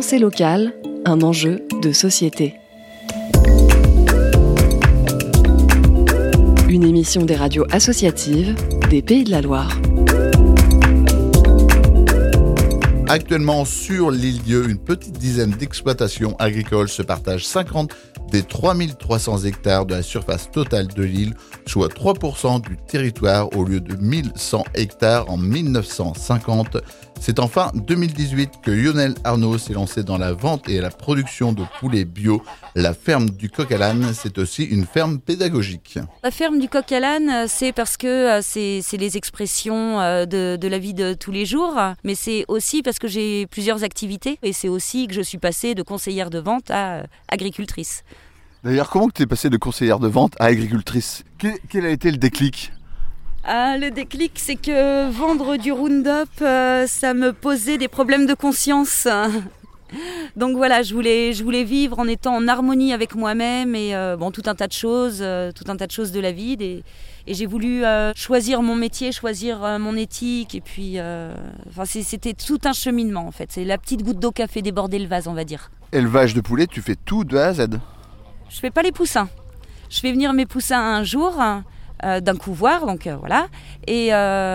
Pensée locale, un enjeu de société. Une émission des radios associatives des Pays de la Loire. Actuellement sur l'île Dieu, une petite dizaine d'exploitations agricoles se partagent 50 des 3300 hectares de la surface totale de l'île, soit 3% du territoire au lieu de 1100 hectares en 1950. C'est en fin 2018 que Lionel Arnaud s'est lancé dans la vente et la production de poulets bio. La ferme du Coq à l'âne, c'est aussi une ferme pédagogique. La ferme du Coq à l'âne, c'est parce que c'est les expressions de la vie de tous les jours, mais c'est aussi parce que j'ai plusieurs activités et c'est aussi que je suis passée de conseillère de vente à agricultrice. D'ailleurs, comment tu es passée de conseillère de vente à agricultrice ? Quel a été le déclic ? Le déclic, c'est que vendre du Roundup, ça me posait des problèmes de conscience. Donc voilà, je voulais vivre en étant en harmonie avec moi-même et tout un tas de choses de la vie. Et j'ai voulu choisir mon métier, choisir mon éthique. Et puis, c'était tout un cheminement en fait. C'est la petite goutte d'eau qui a fait déborder le vase, on va dire. Élevage de poulet, tu fais tout de A à Z ? Je fais pas les poussins. Je fais venir mes poussins un jour d'un couvoir, donc voilà. Et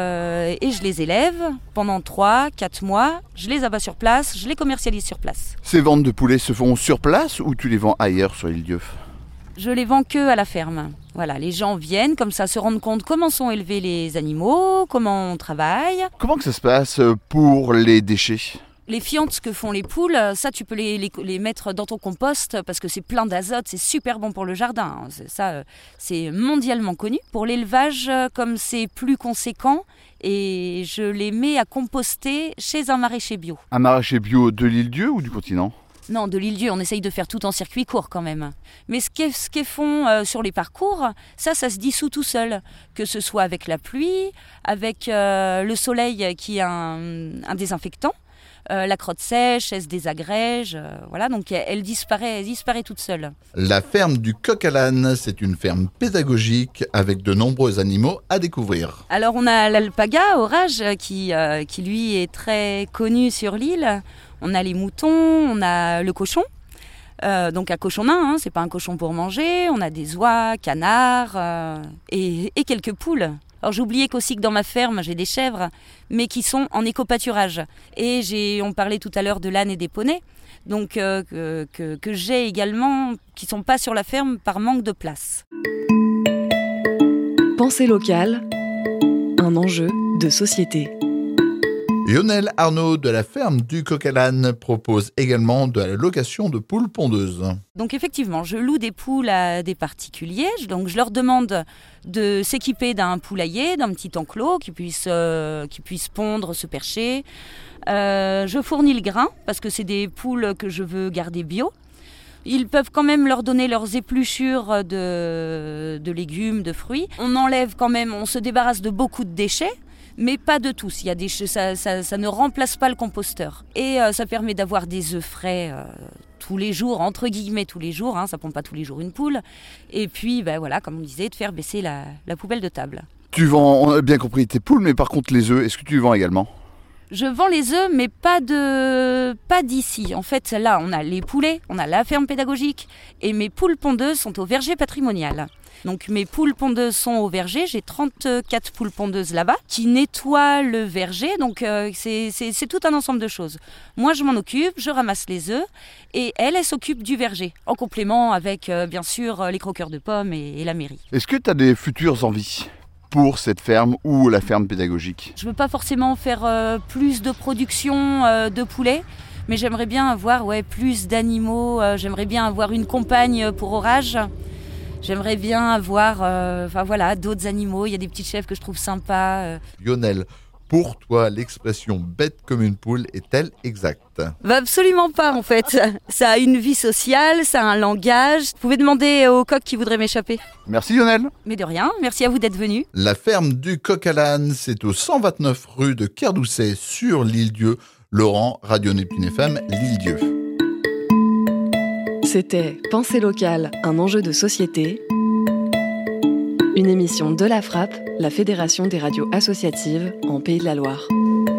je les élève pendant 3-4 mois. Je les abats sur place, je les commercialise sur place. Ces ventes de poulets se font sur place ou tu les vends ailleurs sur l'île Dieu ? Je les vends que à la ferme. Voilà, les gens viennent comme ça se rendent compte comment sont élevés les animaux, comment on travaille. Comment que ça se passe pour les déchets ? Les fientes que font les poules, ça tu peux les mettre dans ton compost parce que c'est plein d'azote, c'est super bon pour le jardin. C'est mondialement connu. Pour l'élevage, comme c'est plus conséquent, et je les mets à composter chez un maraîcher bio. Un maraîcher bio de l'île Dieu ou du continent ? Non, de l'île Dieu, on essaye de faire tout en circuit court quand même. Mais ce qu'ils font sur les parcours, ça se dissout tout seul. Que ce soit avec la pluie, avec le soleil qui est un désinfectant. La crotte sèche, elle se désagrège, voilà, donc elle disparaît toute seule. La ferme du Coq à l'âne, c'est une ferme pédagogique avec de nombreux animaux à découvrir. Alors on a l'alpaga orage qui lui est très connu sur l'île. On a les moutons, on a le cochon. Donc un cochon nain, c'est pas un cochon pour manger. On a des oies, canards et quelques poules. Alors j'ai oublié qu'aussi que dans ma ferme, j'ai des chèvres, mais qui sont en éco-pâturage. Et on parlait tout à l'heure de l'âne et des poneys, donc que j'ai également, qui ne sont pas sur la ferme par manque de place. Pensée locale, un enjeu de société. Lionel Arnaud de la ferme du Coq à l'âne propose également de la location de poules pondeuses. Donc effectivement, je loue des poules à des particuliers. Donc je leur demande de s'équiper d'un poulailler, d'un petit enclos qui puisse pondre, se percher. Je fournis le grain parce que c'est des poules que je veux garder bio. Ils peuvent quand même leur donner leurs épluchures de légumes, de fruits. On enlève quand même, on se débarrasse de beaucoup de déchets. Mais pas de tous, ça ne remplace pas le composteur. Et ça permet d'avoir des œufs frais tous les jours, entre guillemets tous les jours, ça ne pompe pas tous les jours une poule. Et puis, voilà, comme on disait, de faire baisser la poubelle de table. Tu vends, on a bien compris, tes poules, mais par contre les œufs, est-ce que tu les vends également ? Je vends les œufs, mais pas d'ici. En fait, là, on a les poulets, on a la ferme pédagogique, et mes poules pondeuses sont au verger patrimonial. Donc mes poules pondeuses sont au verger, j'ai 34 poules pondeuses là-bas qui nettoient le verger, donc c'est tout un ensemble de choses. Moi je m'en occupe, je ramasse les œufs et elle s'occupe du verger, en complément avec bien sûr les croqueurs de pommes et la mairie. Est-ce que tu as des futures envies pour cette ferme ou la ferme pédagogique ? Je ne veux pas forcément faire plus de production de poulets. Mais j'aimerais bien avoir plus d'animaux, j'aimerais bien avoir une compagne pour orage. J'aimerais bien avoir d'autres animaux. Il y a des petites chèvres que je trouve sympas. Lionel, pour toi, l'expression « bête comme une poule » est-elle exacte ? Absolument pas en fait. Ça a une vie sociale, ça a un langage. Vous pouvez demander au coq qui voudrait m'échapper. Merci Lionel. Mais de rien, merci à vous d'être venu. La ferme du Coq à l'âne, c'est au 129 rue de Kerdoucet sur l'île Dieu. Laurent, Radio Neptune FM, l'île Dieu. C'était Pensée locale, un enjeu de société. Une émission de la Frappe, la Fédération des radios associatives en Pays de la Loire.